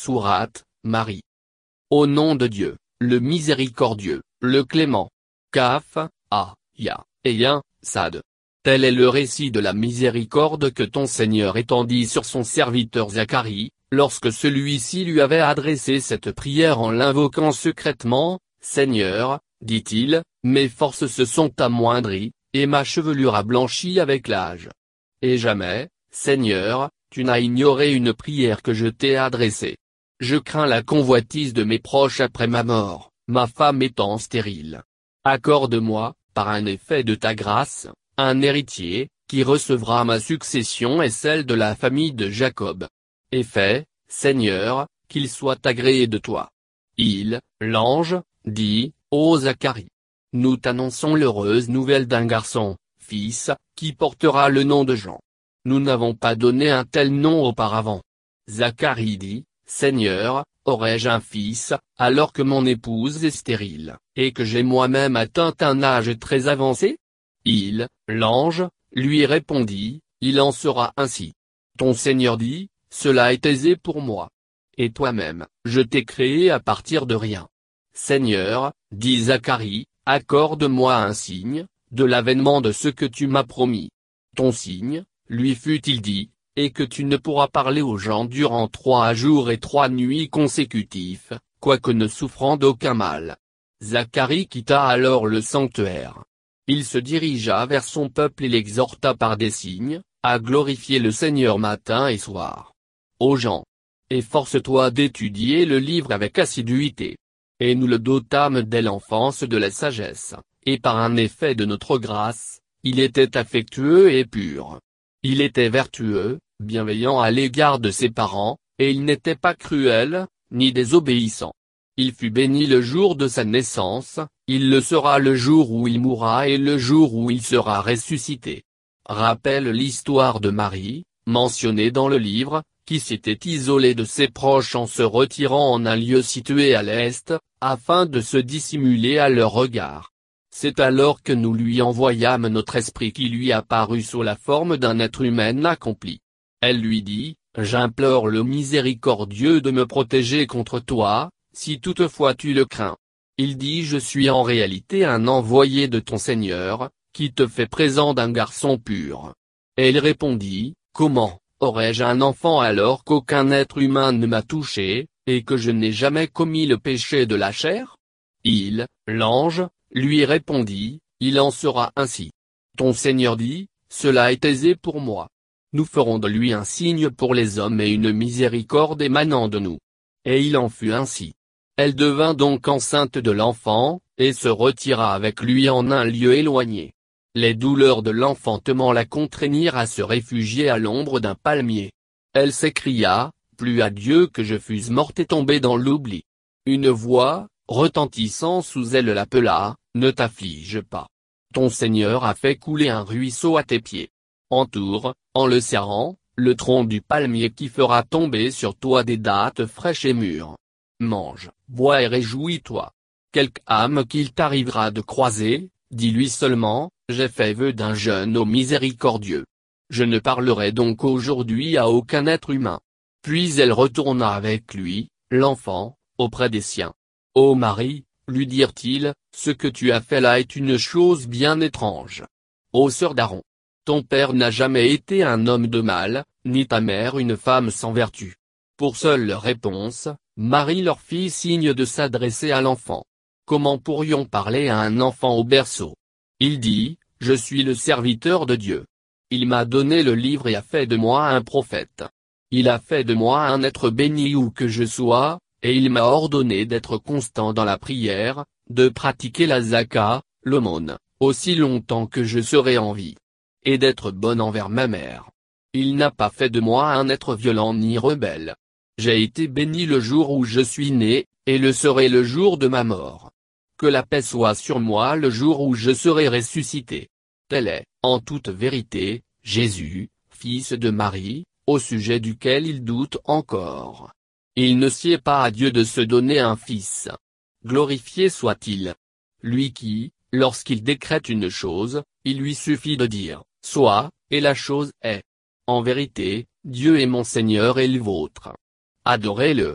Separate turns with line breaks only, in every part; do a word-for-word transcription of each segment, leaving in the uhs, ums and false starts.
Sourate, Marie. Au nom de Dieu, le miséricordieux, le clément. Kaf, A, Ya, et Yin, Sad. Tel est le récit de la miséricorde que ton Seigneur étendit sur son serviteur Zacharie, lorsque celui-ci lui avait adressé cette prière en l'invoquant secrètement. Seigneur, dit-il, mes forces se sont amoindries, et ma chevelure a blanchi avec l'âge. Et jamais, Seigneur, tu n'as ignoré une prière que je t'ai adressée. Je crains la convoitise de mes proches après ma mort, ma femme étant stérile. Accorde-moi, par un effet de ta grâce, un héritier, qui recevra ma succession et celle de la famille de Jacob. Et fais, Seigneur, qu'il soit agréé de toi. Il, l'ange, dit, ô Zacharie. Nous t'annonçons l'heureuse nouvelle d'un garçon, fils, qui portera le nom de Jean. Nous n'avons pas donné un tel nom auparavant. Zacharie dit, Seigneur, aurais-je un fils, alors que mon épouse est stérile, et que j'ai moi-même atteint un âge très avancé? Il, l'ange, lui répondit, il en sera ainsi. Ton Seigneur dit, cela est aisé pour moi. Et toi-même, je t'ai créé à partir de rien. Seigneur, dit Zacharie, accorde-moi un signe, de l'avènement de ce que tu m'as promis. Ton signe, lui fut-il dit, et que tu ne pourras parler aux gens durant trois jours et trois nuits consécutifs, quoique ne souffrant d'aucun mal. Zacharie quitta alors le sanctuaire. Il se dirigea vers son peuple et l'exhorta par des signes, à glorifier le Seigneur matin et soir. Ô gens, efforce-toi d'étudier le livre avec assiduité. Et nous le dotâmes dès l'enfance de la sagesse, et par un effet de notre grâce, il était affectueux et pur. Il était vertueux, bienveillant à l'égard de ses parents, et il n'était pas cruel, ni désobéissant. Il fut béni le jour de sa naissance, il le sera le jour où il mourra et le jour où il sera ressuscité. Rappelle l'histoire de Marie, mentionnée dans le livre, qui s'était isolée de ses proches en se retirant en un lieu situé à l'est, afin de se dissimuler à leur regard. C'est alors que nous lui envoyâmes notre esprit qui lui apparut sous la forme d'un être humain accompli. Elle lui dit, j'implore le miséricordieux de me protéger contre toi, si toutefois tu le crains. Il dit je suis en réalité un envoyé de ton Seigneur, qui te fait présent d'un garçon pur. Elle répondit, comment, aurais-je un enfant alors qu'aucun être humain ne m'a touché, et que je n'ai jamais commis le péché de la chair? Il, l'ange, lui répondit, il en sera ainsi. Ton Seigneur dit, cela est aisé pour moi. Nous ferons de lui un signe pour les hommes et une miséricorde émanant de nous. Et il en fut ainsi. Elle devint donc enceinte de l'enfant, et se retira avec lui en un lieu éloigné. Les douleurs de l'enfantement la contraignirent à se réfugier à l'ombre d'un palmier. Elle s'écria, plus à Dieu que je fusse morte et tombée dans l'oubli. Une voix, retentissant sous elle l'appela, ne t'afflige pas. Ton Seigneur a fait couler un ruisseau à tes pieds. Entoure, en le serrant, le tronc du palmier qui fera tomber sur toi des dattes fraîches et mûres. Mange, bois et réjouis-toi. Quelque âme qu'il t'arrivera de croiser, dis-lui seulement, j'ai fait vœu d'un jeûne au miséricordieux. Je ne parlerai donc aujourd'hui à aucun être humain. Puis elle retourna avec lui, l'enfant, auprès des siens. Ô Marie, lui dirent-ils, ce que tu as fait là est une chose bien étrange. Ô sœur d'Aaron, ton père n'a jamais été un homme de mal, ni ta mère une femme sans vertu. Pour seule leur réponse, Marie leur fit signe de s'adresser à l'enfant. Comment pourrions parler à un enfant au berceau? Il dit, je suis le serviteur de Dieu. Il m'a donné le livre et a fait de moi un prophète. Il a fait de moi un être béni où que je sois, et il m'a ordonné d'être constant dans la prière, de pratiquer la zaka, l'aumône, aussi longtemps que je serai en vie. Et d'être bon envers ma mère. Il n'a pas fait de moi un être violent ni rebelle. J'ai été béni le jour où je suis né, et le serai le jour de ma mort. Que la paix soit sur moi le jour où je serai ressuscité. Tel est, en toute vérité, Jésus, fils de Marie, au sujet duquel il doute encore. Il ne sied pas à Dieu de se donner un fils. Glorifié soit-il. Lui qui, lorsqu'il décrète une chose, il lui suffit de dire, soit, et la chose est. En vérité, Dieu est mon Seigneur et le vôtre. Adorez-le.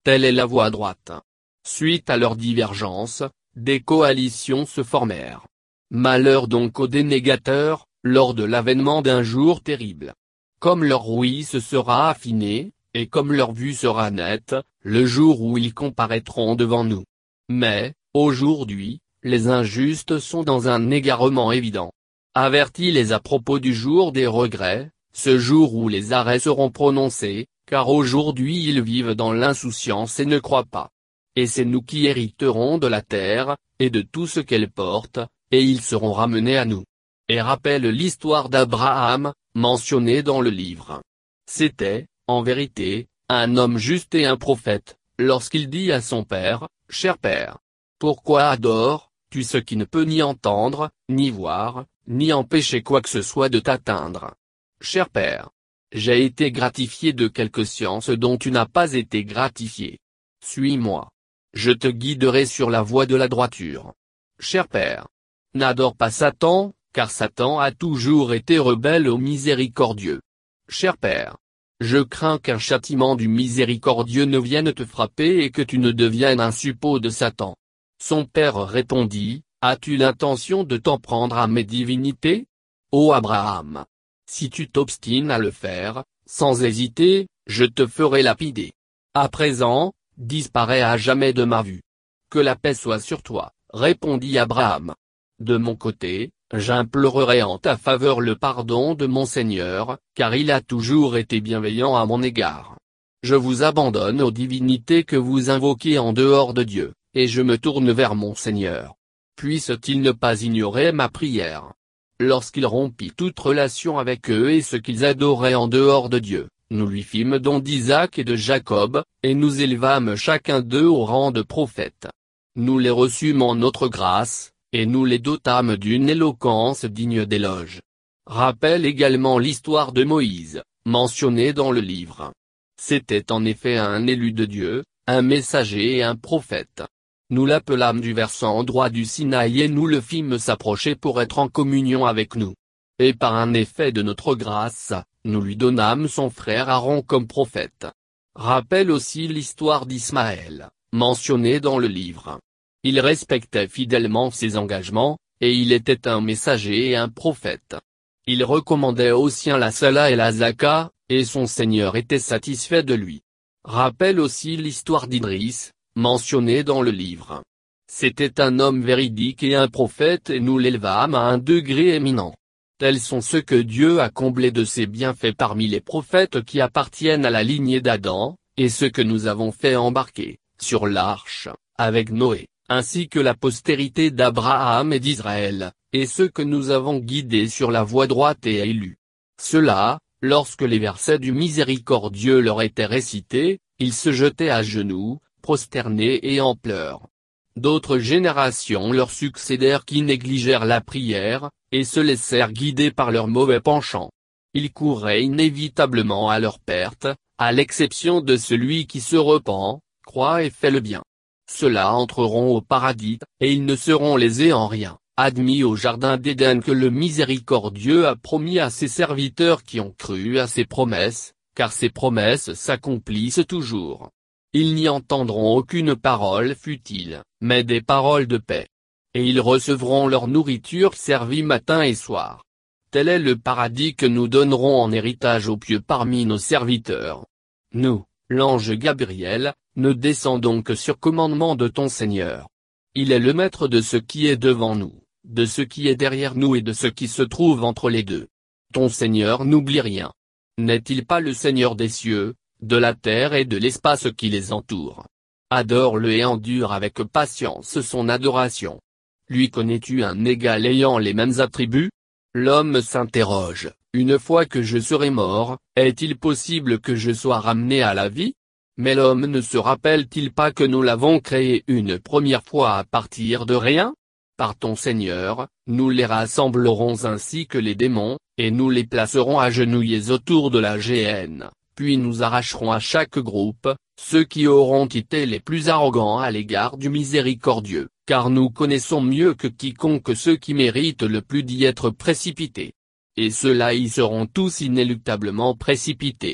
Telle est la voie droite. Suite à leur divergence, des coalitions se formèrent. Malheur donc aux dénégateurs, lors de l'avènement d'un jour terrible. Comme leur ouïe se sera affinée, et comme leur vue sera nette, le jour où ils comparaîtront devant nous. Mais, aujourd'hui, les injustes sont dans un égarement évident. Avertis-les à propos du jour des regrets, ce jour où les arrêts seront prononcés, car aujourd'hui ils vivent dans l'insouciance et ne croient pas. Et c'est nous qui hériterons de la terre, et de tout ce qu'elle porte, et ils seront ramenés à nous. Et rappelle l'histoire d'Abraham, mentionnée dans le livre. C'était, en vérité, un homme juste et un prophète, lorsqu'il dit à son père, « Cher père, pourquoi adores-tu ce qui ne peut ni entendre, ni voir, ni empêcher quoi que ce soit de t'atteindre? Cher père, j'ai été gratifié de quelque science dont tu n'as pas été gratifié. Suis-moi. Je te guiderai sur la voie de la droiture. Cher père, n'adore pas Satan, car Satan a toujours été rebelle au miséricordieux. Cher père, je crains qu'un châtiment du miséricordieux ne vienne te frapper et que tu ne deviennes un suppôt de Satan. » Son père répondit, « As-tu l'intention de t'en prendre à mes divinités? Ô Abraham! Si tu t'obstines à le faire, sans hésiter, je te ferai lapider. À présent, disparais à jamais de ma vue. Que la paix soit sur toi, » répondit Abraham. « De mon côté, j'implorerai en ta faveur le pardon de mon Seigneur, car il a toujours été bienveillant à mon égard. Je vous abandonne aux divinités que vous invoquez en dehors de Dieu, et je me tourne vers mon Seigneur. Puisse-t-il ne pas ignorer ma prière? » Lorsqu'il rompit toute relation avec eux et ce qu'ils adoraient en dehors de Dieu, nous lui fîmes don d'Isaac et de Jacob, et nous élevâmes chacun d'eux au rang de prophète. Nous les reçûmes en notre grâce, et nous les dotâmes d'une éloquence digne d'éloge. Rappelle également l'histoire de Moïse, mentionnée dans le livre. C'était en effet un élu de Dieu, un messager et un prophète. Nous l'appelâmes du versant droit du Sinaï et nous le fîmes s'approcher pour être en communion avec nous. Et par un effet de notre grâce, nous lui donnâmes son frère Aaron comme prophète. Rappelle aussi l'histoire d'Ismaël, mentionnée dans le livre. Il respectait fidèlement ses engagements, et il était un messager et un prophète. Il recommandait aux siens la sala et la zaka, et son Seigneur était satisfait de lui. Rappelle aussi l'histoire d'Idriss, mentionnée dans le livre. C'était un homme véridique et un prophète et nous l'élevâmes à un degré éminent. Tels sont ceux que Dieu a comblés de ses bienfaits parmi les prophètes qui appartiennent à la lignée d'Adam, et ceux que nous avons fait embarquer, sur l'arche, avec Noé, ainsi que la postérité d'Abraham et d'Israël, et ceux que nous avons guidés sur la voie droite et élus. Ceux-là, lorsque les versets du miséricordieux leur étaient récités, ils se jetaient à genoux, prosternés et en pleurs. D'autres générations leur succédèrent qui négligèrent la prière, et se laissèrent guider par leurs mauvais penchants. Ils couraient inévitablement à leur perte, à l'exception de celui qui se repent, croit et fait le bien. Ceux-là entreront au paradis, et ils ne seront lésés en rien, admis au jardin d'Éden que le miséricordieux a promis à ses serviteurs qui ont cru à ses promesses, car ses promesses s'accomplissent toujours. Ils n'y entendront aucune parole futile, mais des paroles de paix. Et ils recevront leur nourriture servie matin et soir. Tel est le paradis que nous donnerons en héritage aux pieux parmi nos serviteurs. Nous, l'ange Gabriel, ne descendons que sur commandement de ton Seigneur. Il est le maître de ce qui est devant nous, de ce qui est derrière nous et de ce qui se trouve entre les deux. Ton Seigneur n'oublie rien. N'est-il pas le Seigneur des cieux, de la terre et de l'espace qui les entoure? Adore-le et endure avec patience son adoration. Lui connais-tu un égal ayant les mêmes attributs? L'homme s'interroge, une fois que je serai mort, est-il possible que je sois ramené à la vie? Mais l'homme ne se rappelle-t-il pas que nous l'avons créé une première fois à partir de rien? Par ton Seigneur, nous les rassemblerons ainsi que les démons, et nous les placerons agenouillés autour de la géhenne, puis nous arracherons à chaque groupe, ceux qui auront été les plus arrogants à l'égard du miséricordieux, car nous connaissons mieux que quiconque ceux qui méritent le plus d'y être précipités. Et ceux-là y seront tous inéluctablement précipités.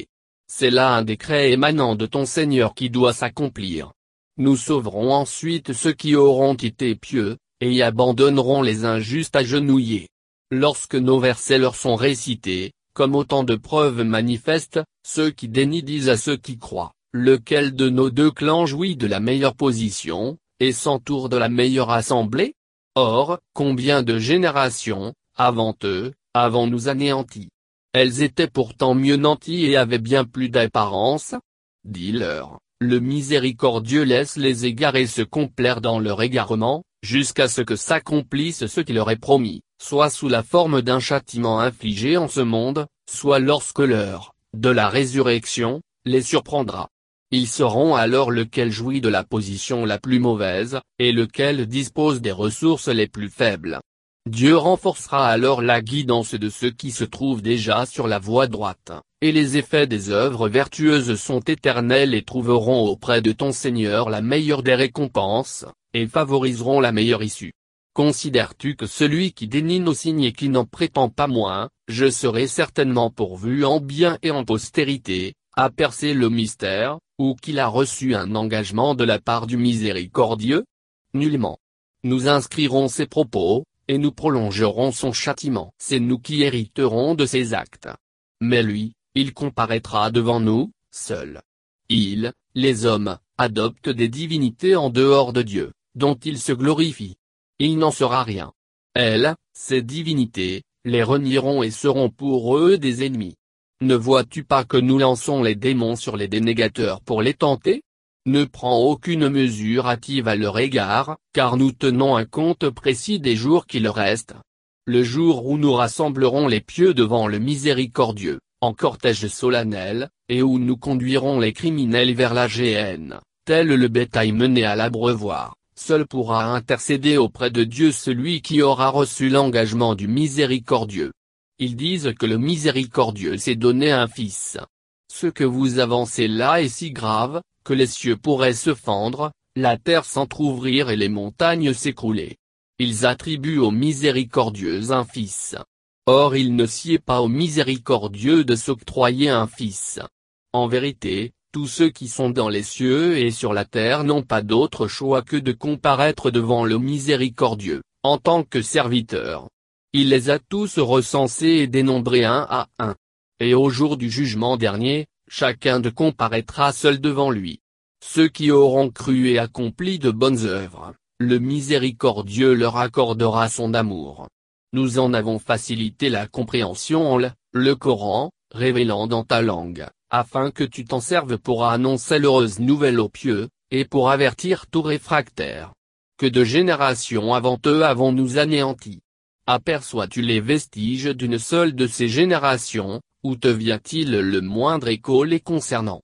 c'est là un décret émanant de ton Seigneur qui doit s'accomplir. Nous sauverons ensuite ceux qui auront été pieux, et y abandonnerons les injustes agenouillés. Lorsque nos versets leur sont récités, comme autant de preuves manifestes, ceux qui dénient disent à ceux qui croient, lequel de nos deux clans jouit de la meilleure position, et s'entoure de la meilleure assemblée? Or, combien de générations, avant eux, avons-nous anéantis? Elles étaient pourtant mieux nanties et avaient bien plus d'apparence. Dis-leur, le miséricordieux laisse les égarés se complaire dans leur égarement, jusqu'à ce que s'accomplisse ce qu'il leur est promis, soit sous la forme d'un châtiment infligé en ce monde, soit lorsque l'heure, de la résurrection, les surprendra. Ils sauront alors lequel jouit de la position la plus mauvaise, et lequel dispose des ressources les plus faibles. Dieu renforcera alors la guidance de ceux qui se trouvent déjà sur la voie droite, et les effets des œuvres vertueuses sont éternels et trouveront auprès de ton Seigneur la meilleure des récompenses, et favoriseront la meilleure issue. Considères-tu que celui qui dénie nos signes et qui n'en prétend pas moins, je serai certainement pourvu en bien et en postérité, a percé le mystère, ou qu'il a reçu un engagement de la part du miséricordieux? Nullement. Nous inscrirons ses propos, et nous prolongerons son châtiment. C'est nous qui hériterons de ses actes. Mais lui, il comparaîtra devant nous, seul. Il, les hommes, adoptent des divinités en dehors de Dieu, dont ils se glorifient. Il n'en sera rien. Elles, ces divinités, les renieront et seront pour eux des ennemis. Ne vois-tu pas que nous lançons les démons sur les dénégateurs pour les tenter? Ne prends aucune mesure hâtive à leur égard, car nous tenons un compte précis des jours qui leur restent. Le jour où nous rassemblerons les pieux devant le miséricordieux, en cortège solennel, et où nous conduirons les criminels vers la géhenne, tel le bétail mené à l'abreuvoir, seul pourra intercéder auprès de Dieu celui qui aura reçu l'engagement du miséricordieux. Ils disent que le miséricordieux s'est donné un fils. Ce que vous avancez là est si grave, que les cieux pourraient se fendre, la terre s'entr'ouvrir et les montagnes s'écrouler. Ils attribuent au miséricordieux un fils. Or il ne sied pas au miséricordieux de s'octroyer un fils. En vérité, tous ceux qui sont dans les cieux et sur la terre n'ont pas d'autre choix que de comparaître devant le miséricordieux, en tant que serviteurs. Il les a tous recensés et dénombrés un à un. Et au jour du jugement dernier, chacun de comparaîtra seul devant lui. Ceux qui auront cru et accompli de bonnes œuvres, le miséricordieux leur accordera son amour. Nous en avons facilité la compréhension en le, le Coran, révélant dans ta langue, afin que tu t'en serves pour annoncer l'heureuse nouvelle aux pieux, et pour avertir tout réfractaire. Que de générations avant eux avons-nous anéantis? Aperçois-tu les vestiges d'une seule de ces générations, où te vient-il le moindre écho les concernant?